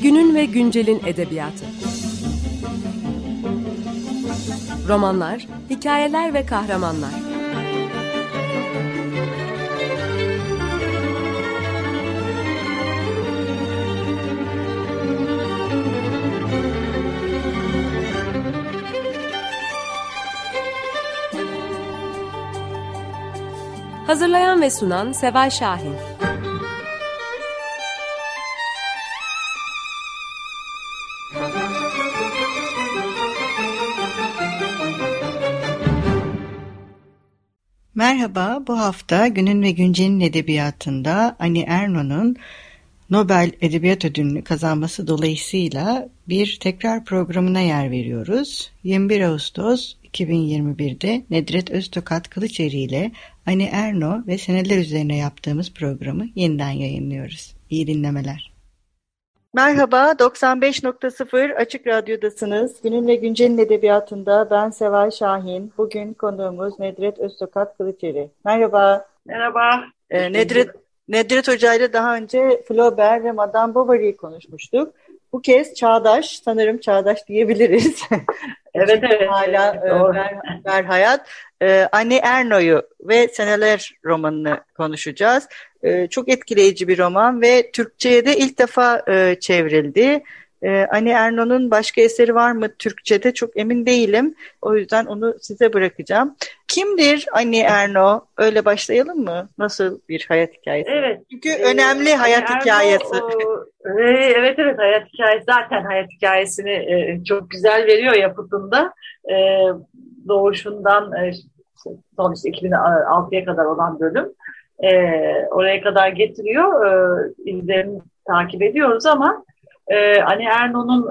Günün ve güncelin edebiyatı. Romanlar, hikayeler ve kahramanlar. Hazırlayan ve sunan Seval Şahin. Merhaba, bu hafta Günün ve Güncel'in edebiyatında Ani Erno'nun Nobel Edebiyat Ödülünü kazanması dolayısıyla bir tekrar programına yer veriyoruz. 21 Ağustos 2021'de Nedret Öztokat Kılıçeri ile Ani Erno ve seneler üzerine yaptığımız programı yeniden yayınlıyoruz. İyi dinlemeler. Merhaba, 95.0 Açık Radyo'dasınız. Günün ve Güncel'in edebiyatında ben Seval Şahin. Bugün konuğumuz Nedret Öztokat Kılıçeri. Merhaba. Merhaba. Nedret Hoca ile daha önce Flaubert ve Madame Bovary'i konuşmuştuk. Bu kez çağdaş, sanırım çağdaş diyebiliriz. Evet. Hala ver hayat. Ani Erno'yu ve Seneler romanını konuşacağız. Çok etkileyici bir roman ve Türkçe'ye de ilk defa çevrildi. Ani Erno'nun başka eseri var mı Türkçe'de çok emin değilim. O yüzden onu size bırakacağım. Kimdir Ani Erno? Öyle başlayalım mı? Nasıl bir hayat hikayesi? Evet. Çünkü önemli hayat Erno, hikayesi. Evet hayat hikayesi. Zaten hayat hikayesini çok güzel veriyor yapıtında. Doğuşundan son 2006'ya kadar olan bölüm. Oraya kadar getiriyor. İzlerini takip ediyoruz ama Ani Erno'nun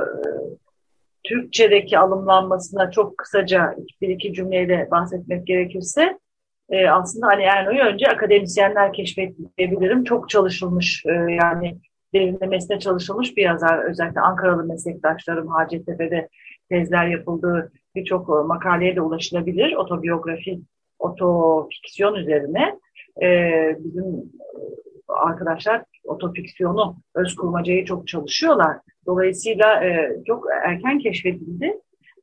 Türkçedeki alımlanmasına çok kısaca bir iki cümleyle bahsetmek gerekirse aslında Ani Erno'yu önce akademisyenler keşfetti diyebilirim. Çok çalışılmış yani derinlemesine çalışılmış bir yazar. Özellikle Ankaralı meslektaşlarım Hacettepe'de tezler yapıldığı birçok makaleye de ulaşılabilir. Otobiyografi, otofiksiyon üzerine. Bizim arkadaşlar otofiksiyonu, öz kurmacayı çok çalışıyorlar. Dolayısıyla çok erken keşfedildi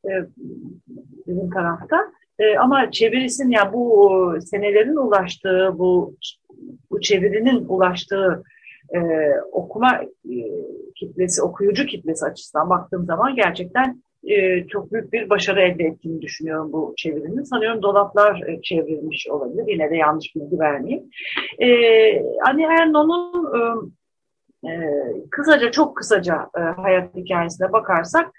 bizim tarafta. Ama çevirisinin yani bu senelerin ulaştığı, bu çevirinin ulaştığı okuma kitlesi, okuyucu kitlesi açısından baktığım zaman gerçekten çok büyük bir başarı elde ettiğini düşünüyorum bu çevirinin. Sanıyorum dolaplar çevrilmiş olabilir. Yine de yanlış bilgi vermeyeyim. Ani Erno'nun çok kısaca hayat hikayesine bakarsak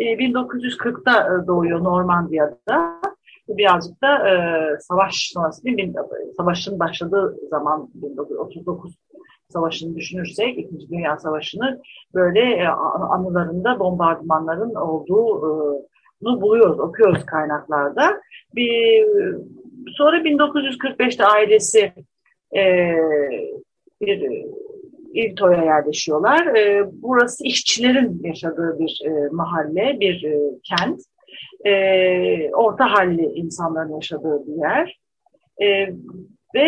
1940'ta doğuyor Normandiya'da. Birazcık da savaş sonrası, savaşın başladığı zaman 1939 Savaşı'nı düşünürsek, İkinci Dünya Savaşı'nı böyle anılarında bombardımanların olduğunu buluyoruz, okuyoruz kaynaklarda. Sonra 1945'te ailesi bir İrto'ya yerleşiyorlar. Burası işçilerin yaşadığı bir mahalle, bir kent. Orta halli insanların yaşadığı bir yer. Ve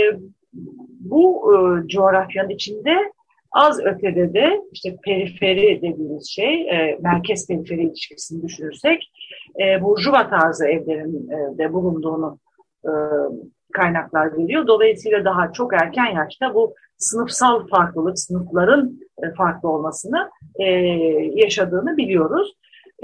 bu coğrafyanın içinde az ötede de işte periferi dediğimiz şey, merkez periferi ilişkisini düşünürsek burjuva tarzı evlerin de bulunduğunu kaynaklar veriyor. Dolayısıyla daha çok erken yaşta bu sınıfsal farklılık, sınıfların farklı olmasını yaşadığını biliyoruz.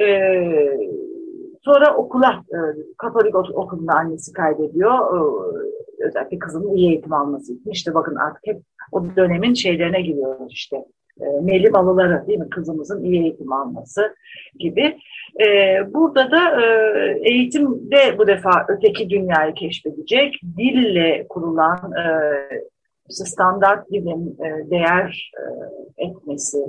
Sonra okula, Katolik okulunda annesi kaydediyor. Özellikle kızının iyi eğitim alması için. İşte bakın artık hep o dönemin şeylerine giriyoruz işte. Meli malıları değil mi? Kızımızın iyi eğitim alması gibi. Burada da eğitimde bu defa öteki dünyayı keşfedecek. Dille kurulan standart dilin değer etmesi,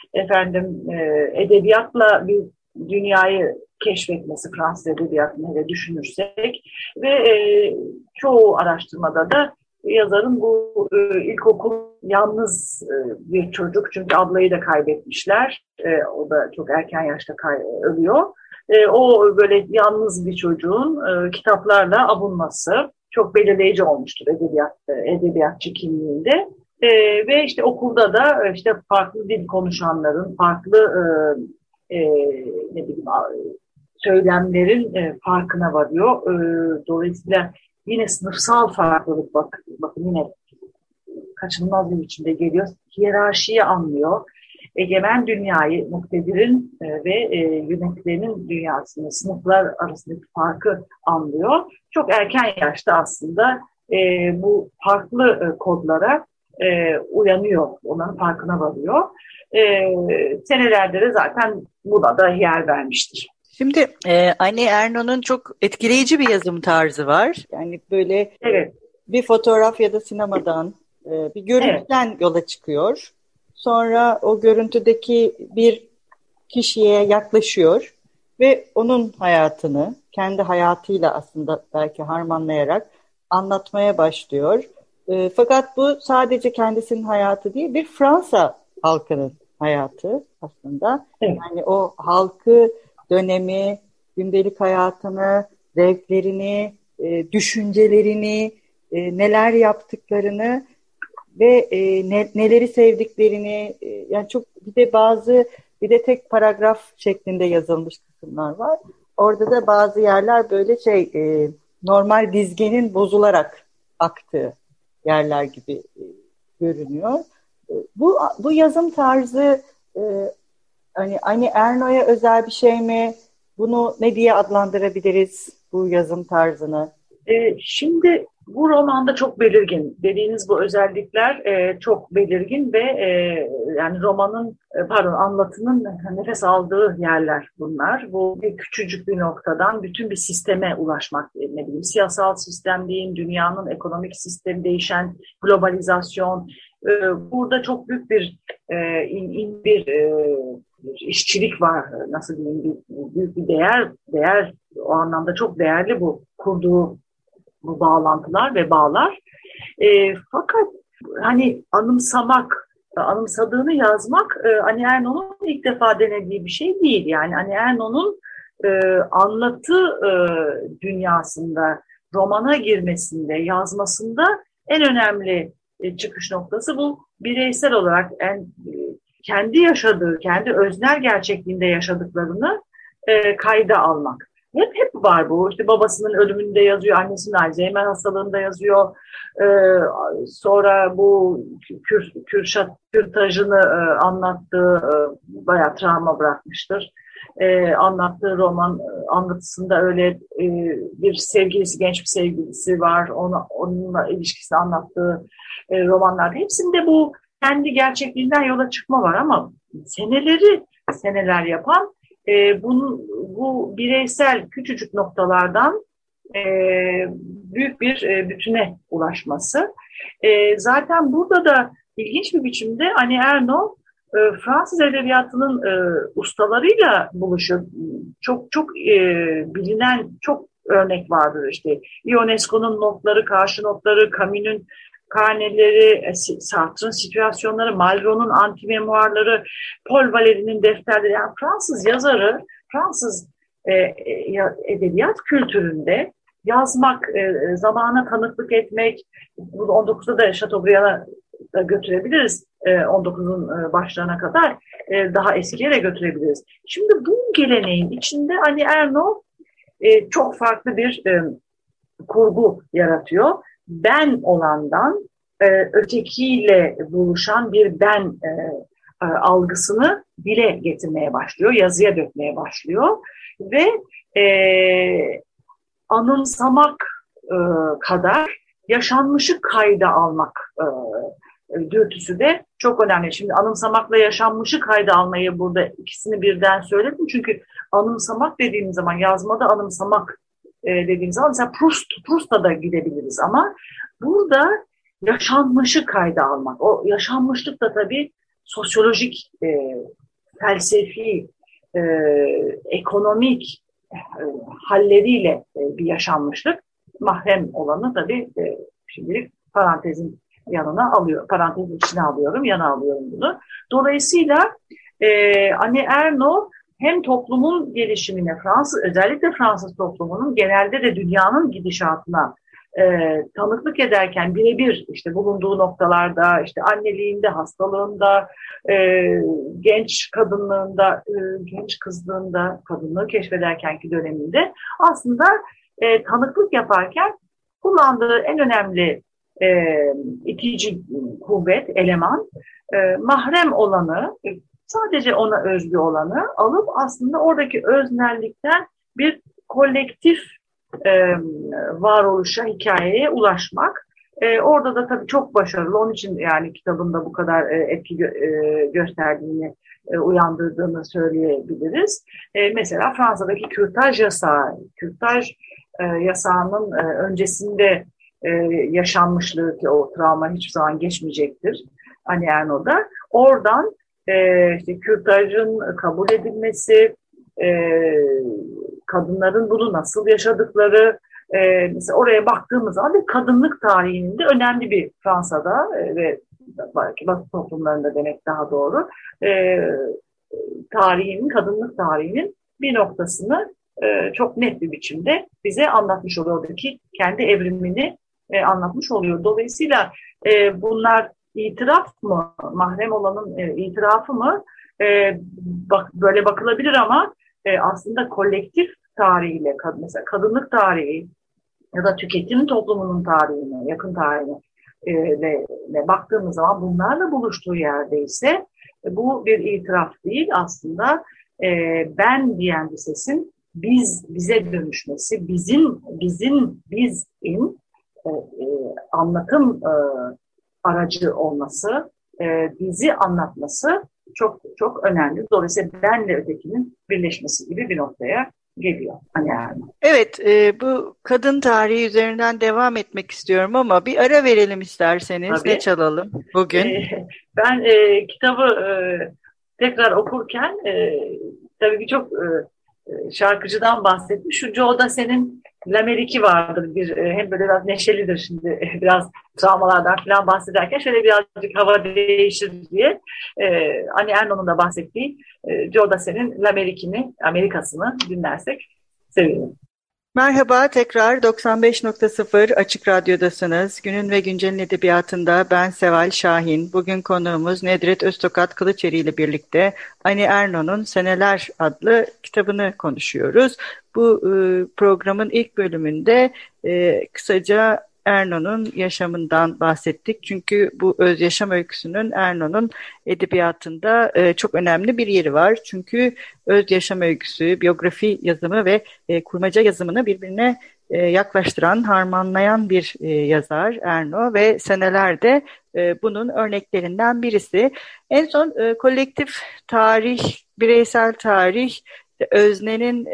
edebiyatla bir dünyayı keşfetmesi, Fransız edebiyatını da düşünürsek ve çoğu araştırmada da yazarın bu ilkokul yalnız bir çocuk, çünkü ablayı da kaybetmişler, o da çok erken yaşta ölüyor. O böyle yalnız bir çocuğun kitaplarla abunması çok belirleyici olmuştur edebiyatçı kimliğinde. Ve işte okulda da işte farklı dil konuşanların, farklı ne bileyim, söylemlerin farkına varıyor. Dolayısıyla yine sınıfsal farklılık, bakın yine kaçınılmaz bir biçimde geliyor. Hiyerarşiyi anlıyor. Egemen dünyayı, muktedirin ve yönetilenin dünyasını, sınıflar arasındaki farkı anlıyor. Çok erken yaşta aslında bu farklı kodlara uyanıyor, onların farkına varıyor. Senelerde de zaten buna da yer vermiştir. Şimdi Annie Ernaux'un çok etkileyici bir yazım tarzı var. Yani böyle bir fotoğraf ya da sinemadan bir görüntüden yola çıkıyor. Sonra o görüntüdeki bir kişiye yaklaşıyor ve onun hayatını kendi hayatıyla aslında belki harmanlayarak anlatmaya başlıyor. Fakat bu sadece kendisinin hayatı değil, bir Fransa halkının hayatı aslında. Yani o halkı, dönemi, gündelik hayatını, zevklerini, düşüncelerini, neler yaptıklarını ve neleri sevdiklerini, yani çok bir de tek paragraf şeklinde yazılmış kısımlar var. Orada da bazı yerler böyle normal dizgenin bozularak aktığı yerler gibi görünüyor. Bu yazım tarzı hani Annie Ernaux'a özel bir şey mi? Bunu ne diye adlandırabiliriz, bu yazım tarzını? Şimdi bu romanda çok belirgin. Dediğiniz bu özellikler çok belirgin ve yani anlatının nefes aldığı yerler bunlar. Bu bir küçücük bir noktadan bütün bir sisteme ulaşmak, ne bileyim, siyasal sistem diyeyim, dünyanın ekonomik sistemi, değişen globalizasyon. Burada çok büyük bir işçilik var. Nasıl diyeyim, büyük bir değer o anlamda çok değerli bu kurduğu bu bağlantılar ve bağlar. Fakat hani anımsadığını yazmak Annie Ernaux'un ilk defa denediği bir şey değil. Yani Annie Ernaux'un anlatı dünyasında, romana girmesinde, yazmasında en önemli çıkış noktası bu bireysel olarak kendi yaşadığı, kendi öznel gerçekliğinde yaşadıklarını kayda almak. Hep var bu. İşte babasının ölümünde yazıyor, annesinin Alzheimer hastalığında yazıyor. Sonra bu kürtajını anlattığı bayağı travma bırakmıştır. Anlattığı roman anlatısında öyle bir sevgilisi, genç bir sevgilisi var. Onunla ilişkisini anlattığı romanlar. Hepsinde bu kendi gerçekliğinden yola çıkma var ama seneler yapan bu bireysel küçücük noktalardan büyük bir bütüne ulaşması. Zaten burada da ilginç bir biçimde Annie Ernaux Fransız edebiyatının ustalarıyla buluşuyor. Çok bilinen çok örnek vardır işte. Ionesco'nun notları, karşı notları, Camus'un karneleri, Sartre'ın situasyonları, Malraux'un antimemuarları, Paul Valéry'nin defterleri. Yani Fransız yazarı, Fransız edebiyat kültüründe yazmak, zamana tanıklık etmek, bunu 19'da da Chateaubriand'a da götürebiliriz. 19'un başlarına kadar daha eskiye de götürebiliriz. Şimdi bu geleneğin içinde Annie Ernaux çok farklı bir kurgu yaratıyor. Ben olandan ötekiyle buluşan bir ben algısını dile getirmeye başlıyor, yazıya dökmeye başlıyor ve anımsamak kadar yaşanmışı kayda almak dürtüsü de çok önemli. Şimdi anımsamakla yaşanmışı kayda almayı burada ikisini birden söyledim. Çünkü anımsamak dediğimiz zaman, yazmada anımsamak dediğimiz zaman mesela Proust'a da gidebiliriz ama burada yaşanmışı kayda almak. O yaşanmışlık da tabii sosyolojik, felsefi, ekonomik halleriyle bir yaşanmışlık. Mahrem olanı tabii şimdilik parantezin içine alıyorum, yana alıyorum bunu. Dolayısıyla Annie Ernaux hem toplumun gelişimine, özellikle Fransız toplumunun genelde de dünyanın gidişatına tanıklık ederken birebir işte bulunduğu noktalarda, işte anneliğinde, hastalığında, genç kadınlığında, genç kızlığında, kadınlığı keşfederkenki döneminde aslında tanıklık yaparken kullandığı en önemli itici kuvvet, eleman, mahrem olanı, sadece ona özgü olanı alıp aslında oradaki öznellikten bir kolektif varoluşa, hikayeye ulaşmak. Orada da tabii çok başarılı. Onun için yani kitabında bu kadar etki gösterdiğini, uyandırdığını söyleyebiliriz. Mesela Fransa'daki kürtaj yasağı, kürtaj yasağının öncesinde yaşanmışlığı, ki o travma hiçbir zaman geçmeyecektir Annie Ernaux'da. Oradan işte kürtajın kabul edilmesi, kadınların bunu nasıl yaşadıkları, mesela oraya baktığımız zaman bir kadınlık tarihinin de önemli bir Fransa'da ve belki Batı toplumlarında demek daha doğru, kadınlık tarihinin bir noktasını çok net bir biçimde bize anlatmış oluyor. Oradaki kendi evrimini anlatmış oluyor. Dolayısıyla bunlar itiraf mı, mahrem olanın itirafı mı? Böyle bakılabilir ama aslında kolektif tarihiyle, mesela kadınlık tarihi ya da tüketim toplumunun tarihine, yakın tarihine ve baktığımız zaman bunlarla buluştuğu yerdeyse bu bir itiraf değil, aslında ben diyen bir sesin bize dönüşmesi, bizin anlatım aracı olması, bizi anlatması çok çok önemli. Dolayısıyla benle ötekinin birleşmesi gibi bir noktaya geliyor. Yani. Evet, bu kadın tarihi üzerinden devam etmek istiyorum ama bir ara verelim isterseniz. Tabii. Ne çalalım bugün? Ben kitabı tekrar okurken tabii birçok şarkıcıdan bahsetmiş. Şu Joe Dassin'in L'Amérique vardır. Hem böyle biraz neşelidir şimdi, biraz travmalardan falan bahsederken şöyle birazcık hava değişir diye. Annie Ernaux'un da bahsettiği Joe Dassin'in L'Amérique'ini, Amerika'sını dinlersek sevinirim. Merhaba, tekrar 95.0 Açık Radyo'dasınız. Günün ve Güncel'in edebiyatında ben Seval Şahin. Bugün konuğumuz Nedret Öztokat Kılıçeri ile birlikte Annie Ernaux'un Seneler adlı kitabını konuşuyoruz. Bu programın ilk bölümünde kısaca Ernaux'un yaşamından bahsettik. Çünkü bu öz yaşam öyküsünün Ernaux'un edebiyatında çok önemli bir yeri var. Çünkü öz yaşam öyküsü, biyografi yazımı ve kurmaca yazımını birbirine yaklaştıran, harmanlayan bir yazar Ernaux ve Senelerde bunun örneklerinden birisi. En son kolektif tarih, bireysel tarih, öznenin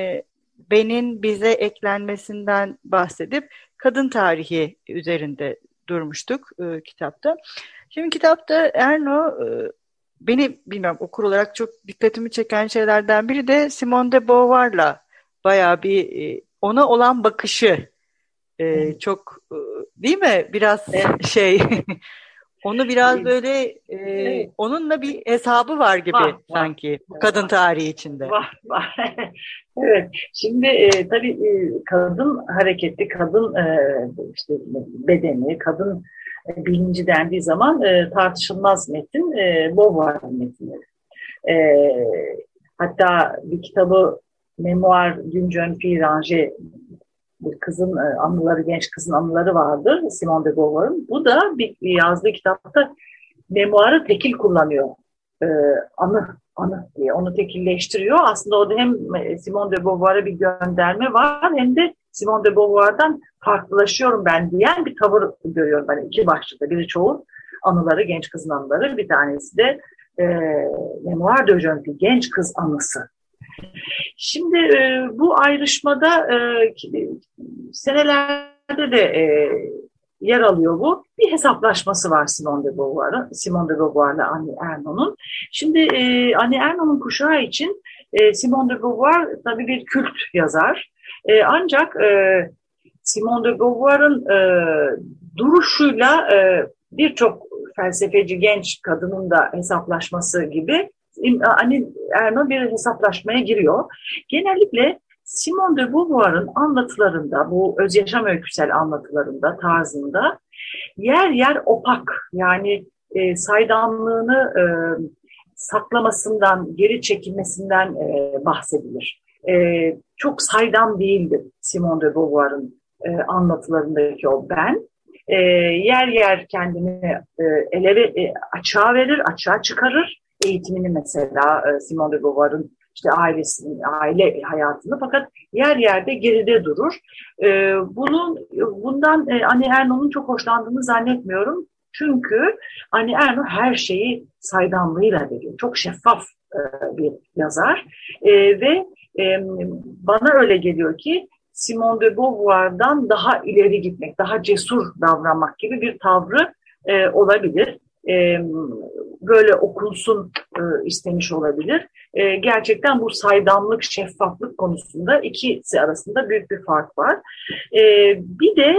benin bize eklenmesinden bahsedip kadın tarihi üzerinde durmuştuk kitapta. Şimdi kitapta Ernaux beni bilmiyorum okur olarak çok dikkatimi çeken şeylerden biri de Simone de Beauvoir'la bayağı bir ona olan bakışı çok değil mi? Biraz onu biraz böyle onunla bir hesabı var gibi sanki kadın tarihi içinde. Var. Evet. Şimdi tabii kadın hareketi, kadın işte bedeni, kadın bilinci dendiği zaman tartışılmaz metin Beauvoir'ın metinleri. Hatta bir kitabı Memoir d'une jeune fille rangée, bir kızın anıları, genç kızın anıları vardır Simone de Beauvoir'ın. Bu da bir yazdığı kitapta memuarı tekil kullanıyor. Anı diye onu tekilleştiriyor. Aslında orada hem Simone de Beauvoir'a bir gönderme var hem de Simone de Beauvoir'dan farklılaşıyorum ben diyen bir tavır görüyorum. Ben iki başlıkta. Biri çoğu anıları, genç kızın anıları. Bir tanesi de Memoir de jeune fille, genç kız anısı. Şimdi bu ayrışmada senelerde de yer alıyor bu. Bir hesaplaşması var Simone de Beauvoir'la Annie Ernaux'un. Şimdi Annie Ernaux'un kuşağı için Simone de Beauvoir tabii bir kült yazar. Ancak Simone de Beauvoir'ın duruşuyla birçok felsefeci genç kadının da hesaplaşması gibi Annie Ernaux bir hesaplaşmaya giriyor. Genellikle Simone de Beauvoir'ın anlatılarında, bu öz yaşam öyküsel anlatılarında, tarzında yer yer opak, yani saydamlığını saklamasından, geri çekilmesinden bahsedilir. Çok saydam değildir Simone de Beauvoir'ın anlatılarındaki o ben. Yer yer kendini açığa verir, açığa çıkarır. Eğitimini mesela Simone de Beauvoir'ın işte aile hayatını, fakat yer yerde geride durur. Bundan Annie Ernaux'un çok hoşlandığını zannetmiyorum. Çünkü Annie Ernaux her şeyi saydamlığıyla veriyor. Çok şeffaf bir yazar. Ve bana öyle geliyor ki Simone de Beauvoir'dan daha ileri gitmek, daha cesur davranmak gibi bir tavrı olabilir. Böyle okunsun istemiş olabilir. Gerçekten bu saydamlık, şeffaflık konusunda ikisi arasında büyük bir fark var. Bir de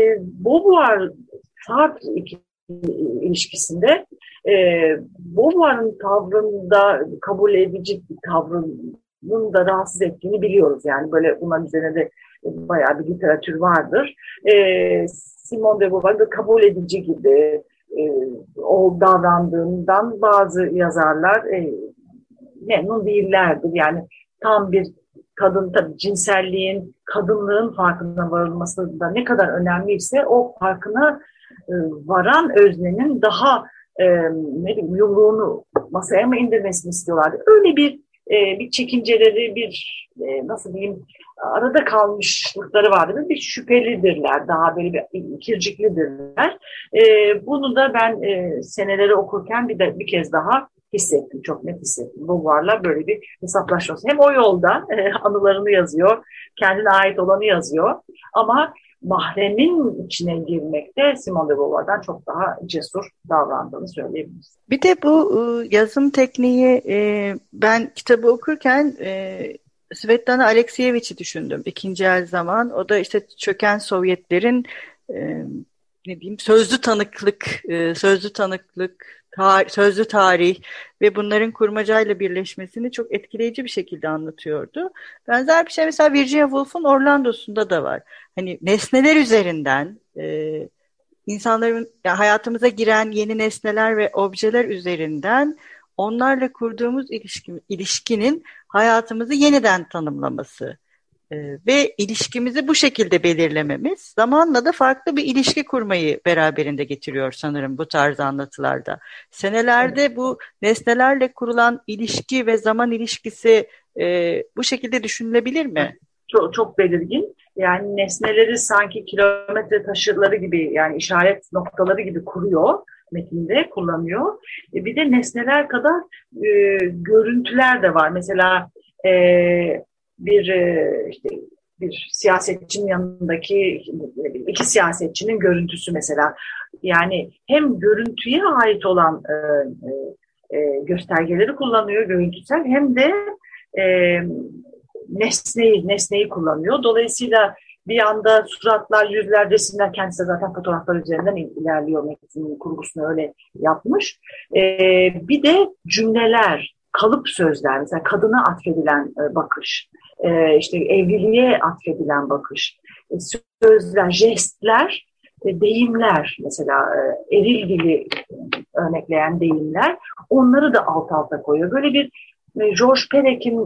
Beauvoir-Sartre ilişkisinde Beauvoir'ın tavrında kabul edici bir tavrının da rahatsız ettiğini biliyoruz. Yani böyle bunların üzerine de bayağı bir literatür vardır. Simone de Beauvoir'ı kabul edici gibi o davrandığından bazı yazarlar memnun değillerdir. Yani tam bir kadın, tabii cinselliğin, kadınlığın farkına varılması da ne kadar önemliyse o farkına varan öznenin daha yumruğunu masaya mı indirmesini istiyorlardı. Öyle bir çekinceleri, nasıl diyeyim, arada kalmışlıkları vardır. Bir şüphelidirler, daha böyle bir ikirciklidirler. Bunu da ben seneleri okurken bir kez daha hissettim, çok net hissettim. Beauvoir'la böyle bir hesaplaşması. Hem o yolda anılarını yazıyor, kendine ait olanı yazıyor, ama mahremin içine girmekte Simone de Beauvoir'dan çok daha cesur davrandığını söyleyebiliriz. Bir de bu yazım tekniği, ben kitabı okurken Svetlana Alekseyevich'i düşündüm. İkinci el zaman. O da işte çöken Sovyetlerin ne diyeyim, sözlü tanıklık, sözlü tarih ve bunların kurmacayla birleşmesini çok etkileyici bir şekilde anlatıyordu. Benzer bir şey mesela Virginia Woolf'un Orlando'sunda da var. Hani nesneler üzerinden insanların, yani hayatımıza giren yeni nesneler ve objeler üzerinden onlarla kurduğumuz ilişkinin hayatımızı yeniden tanımlaması ve ilişkimizi bu şekilde belirlememiz zamanla da farklı bir ilişki kurmayı beraberinde getiriyor sanırım bu tarz anlatılarda. Senelerde bu nesnelerle kurulan ilişki ve zaman ilişkisi bu şekilde düşünülebilir mi? Çok, çok belirgin. Yani nesneleri sanki kilometre taşları gibi, yani işaret noktaları gibi kuruyor, metinde kullanıyor. Bir de nesneler kadar görüntüler de var. Mesela bir siyasetçinin yanındaki iki siyasetçinin görüntüsü mesela. Yani hem görüntüye ait olan göstergeleri kullanıyor, görüntüsel, hem de nesneyi kullanıyor. Dolayısıyla bir anda suratlar, yüzler, resimler, kendisi zaten fotoğraflar üzerinden ilerliyor. Metnin kurgusunu öyle yapmış. Bir de cümleler, kalıp sözler, mesela kadına atfedilen bakış, işte evliliğe atfedilen bakış, sözler, jestler, deyimler, mesela eril dili örnekleyen deyimler, onları da alt alta koyuyor. Böyle bir George Perec'in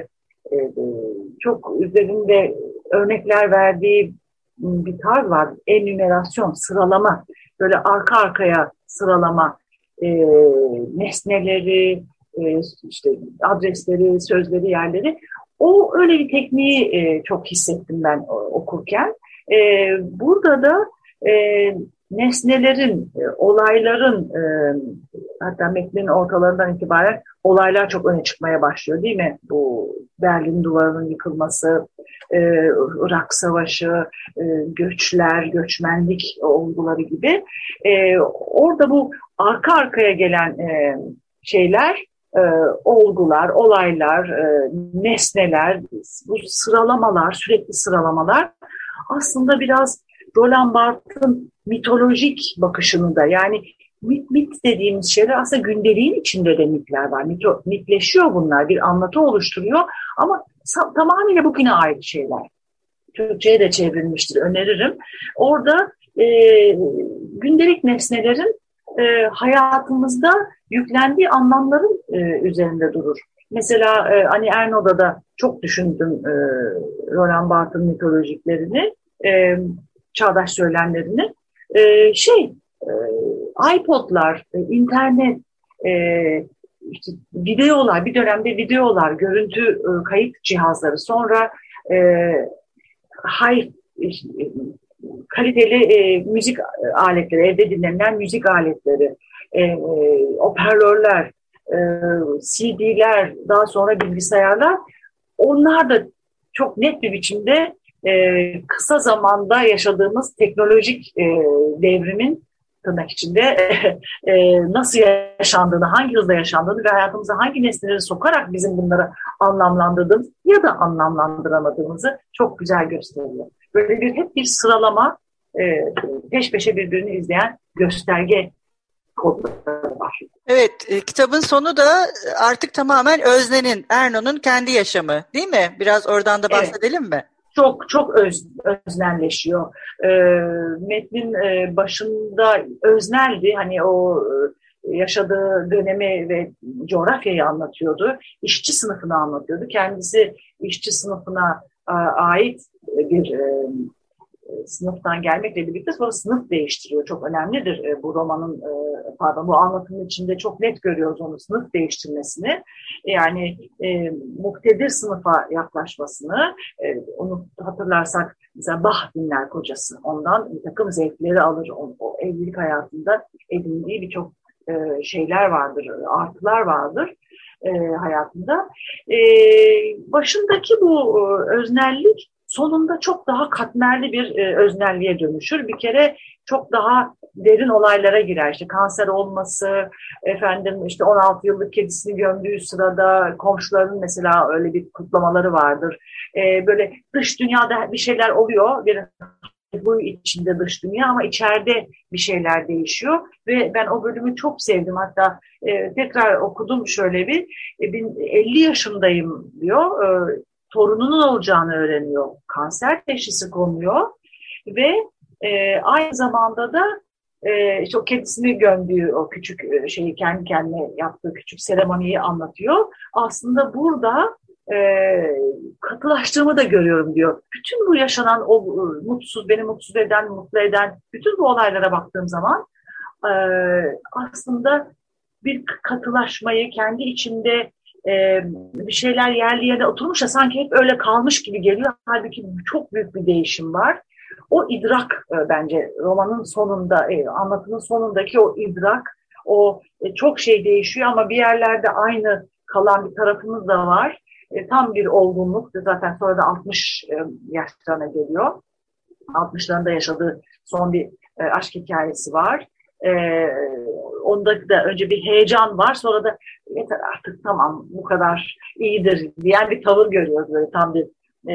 çok üzerinde örnekler verdiği bir tarz var. Enümerasyon, sıralama, böyle arka arkaya sıralama, nesneleri, işte adresleri, sözleri, yerleri. O öyle bir tekniği çok hissettim ben okurken. Burada da nesnelerin, olayların, hatta metnin ortalarından itibaren olaylar çok öne çıkmaya başlıyor, değil mi? Bu Berlin Duvarı'nın yıkılması, Irak Savaşı, göçler, göçmenlik olguları gibi. Orada bu arka arkaya gelen şeyler, olgular, olaylar, nesneler, bu sıralamalar, sürekli sıralamalar aslında biraz Roland Barthes'ın mitolojik bakışını da, yani mit dediğimiz şeyler aslında gündeliğin içinde de mitler var. Mitleşiyor bunlar, bir anlatı oluşturuyor ama tamamıyla bugüne ait şeyler. Türkçe'ye de çevrilmiştir, öneririm. Orada gündelik nesnelerin hayatımızda yüklendiği anlamların üzerinde durur. Mesela Annie Ernaux'da da çok düşündüm Roland Barthes'in mitolojiklerini, çağdaş söylemlerini. iPod'lar, internet, işte videolar, bir dönemde videolar, görüntü kayıt cihazları, sonra kaliteli müzik aletleri, evde dinlenen müzik aletleri, hoparlörler, CD'ler, daha sonra bilgisayarlar, onlar da çok net bir biçimde kısa zamanda yaşadığımız teknolojik devrimin tırnak içinde nasıl yaşandığını, hangi hızla yaşandığını ve hayatımıza hangi nesneleri sokarak bizim bunları anlamlandırdığımız ya da anlamlandıramadığımızı çok güzel gösteriyor. Böyle hep bir sıralama, peş peşe birbirini izleyen gösterge kodları var. Evet, kitabın sonu da artık tamamen öznenin, Ernaux'un kendi yaşamı, değil mi? Biraz oradan da bahsedelim mi? Çok öznelleşiyor. Metnin başında özneldi. Hani o yaşadığı dönemi ve coğrafyayı anlatıyordu. İşçi sınıfını anlatıyordu. Kendisi işçi sınıfına ait bir sınıftan gelmekle birlikte sonra sınıf değiştiriyor. Çok önemlidir bu romanın, bu anlatımın içinde çok net görüyoruz onu, sınıf değiştirmesini. Yani muktedir sınıfa yaklaşmasını, onu hatırlarsak mesela Bach dinler kocası. Ondan bir takım zevkleri alır. O evlilik hayatında edindiği birçok şeyler vardır, artılar vardır hayatında. Başındaki bu öznellik sonunda çok daha katmerli bir öznelliğe dönüşür. Bir kere çok daha derin olaylara girer. İşte kanser olması, işte 16 yıllık kedisini gömdüğü sırada komşuların mesela öyle bir kutlamaları vardır. Böyle dış dünyada bir şeyler oluyor. Bu içinde dış dünya ama içeride bir şeyler değişiyor ve ben o bölümü çok sevdim. Hatta tekrar okudum şöyle 50 yaşındayım diyor. Torununun olacağını öğreniyor. Kanser teşhisi konuyor ve aynı zamanda da işte o kedisini gömdüğü o küçük kendi kendine yaptığı küçük seremoniyi anlatıyor. Aslında burada katılaştığımı da görüyorum diyor. Bütün bu yaşanan o beni mutsuz eden, mutlu eden bütün bu olaylara baktığım zaman aslında bir katılaşmayı kendi içinde bir şeyler yerli yerine oturmuş da sanki hep öyle kalmış gibi geliyor. Halbuki çok büyük bir değişim var. O idrak bence romanın sonunda, anlatının sonundaki o idrak, o çok şey değişiyor ama bir yerlerde aynı kalan bir tarafımız da var. Tam bir olgunluk, zaten sonra da 60 yaşlarına geliyor. 60'larında yaşadığı son bir aşk hikayesi var. Onda da önce bir heyecan var, sonra da yeter artık, tamam, bu kadar iyidir diyen bir tavır görüyoruz. Böyle tam bir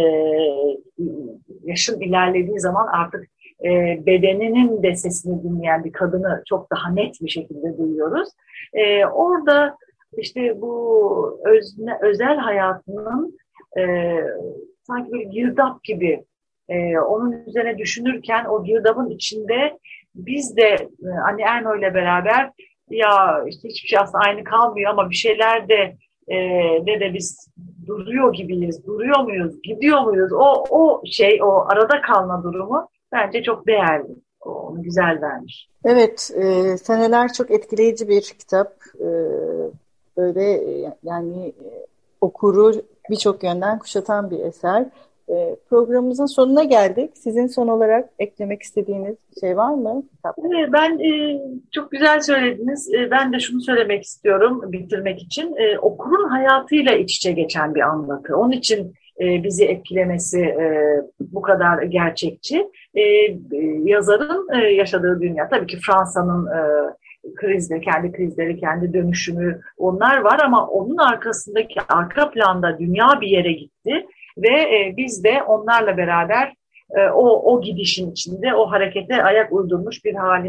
yaşın ilerlediği zaman artık bedeninin de sesini dinleyen bir kadını çok daha net bir şekilde duyuyoruz. Orada işte bu özel hayatının sanki bir girdap gibi onun üzerine düşünürken o girdabın içinde biz de Annie Ernaux ile beraber ya işte hiçbir şey aslında aynı kalmıyor ama bir şeyler de biz duruyor gibiyiz, duruyor muyuz, gidiyor muyuz? O arada kalma durumu bence çok değerli. Onu güzel vermiş. Evet, Seneler çok etkileyici bir kitap. Böyle yani okuru birçok yönden kuşatan bir eser. Programımızın sonuna geldik. Sizin son olarak eklemek istediğiniz şey var mı? Ben çok güzel söylediniz. Ben de şunu söylemek istiyorum bitirmek için. Okurun hayatıyla iç içe geçen bir anlatı. Onun için bizi etkilemesi bu kadar gerçekçi. Yazarın yaşadığı dünya, tabii ki Fransa'nın krizleri, kendi krizleri, kendi dönüşümü, onlar var ama onun arkasındaki arka planda dünya bir yere gitti. Ve biz de onlarla beraber o gidişin içinde o harekete ayak uydurmuş bir halimiz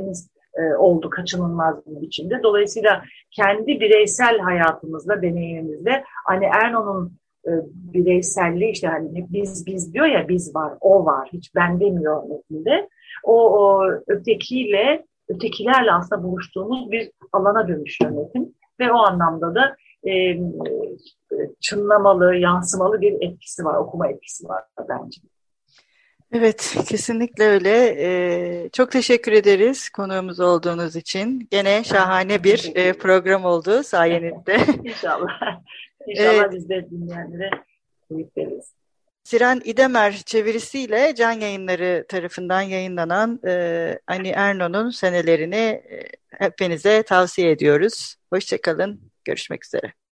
oldu kaçınılmaz bir biçimde. Dolayısıyla kendi bireysel hayatımızda, deneyimimizde Ani Erno'nun bireyselliği işte hani biz diyor ya biz var, o var, hiç ben demiyor metinde. O ötekilerle aslında buluştuğumuz bir alana dönüşüyor metin ve o anlamda da çınlamalı, yansımalı bir etkisi var, okuma etkisi var bence. Evet, kesinlikle öyle. Çok teşekkür ederiz konuğumuz olduğunuz için. Gene şahane bir program oldu sayenizde. İnşallah. İnşallah biz de dinleyenlere keyif veririz. Siren İdemer çevirisiyle Can Yayınları tarafından yayınlanan Ani Erno'nun senelerini hepinize tavsiye ediyoruz. Hoşça kalın, görüşmek üzere.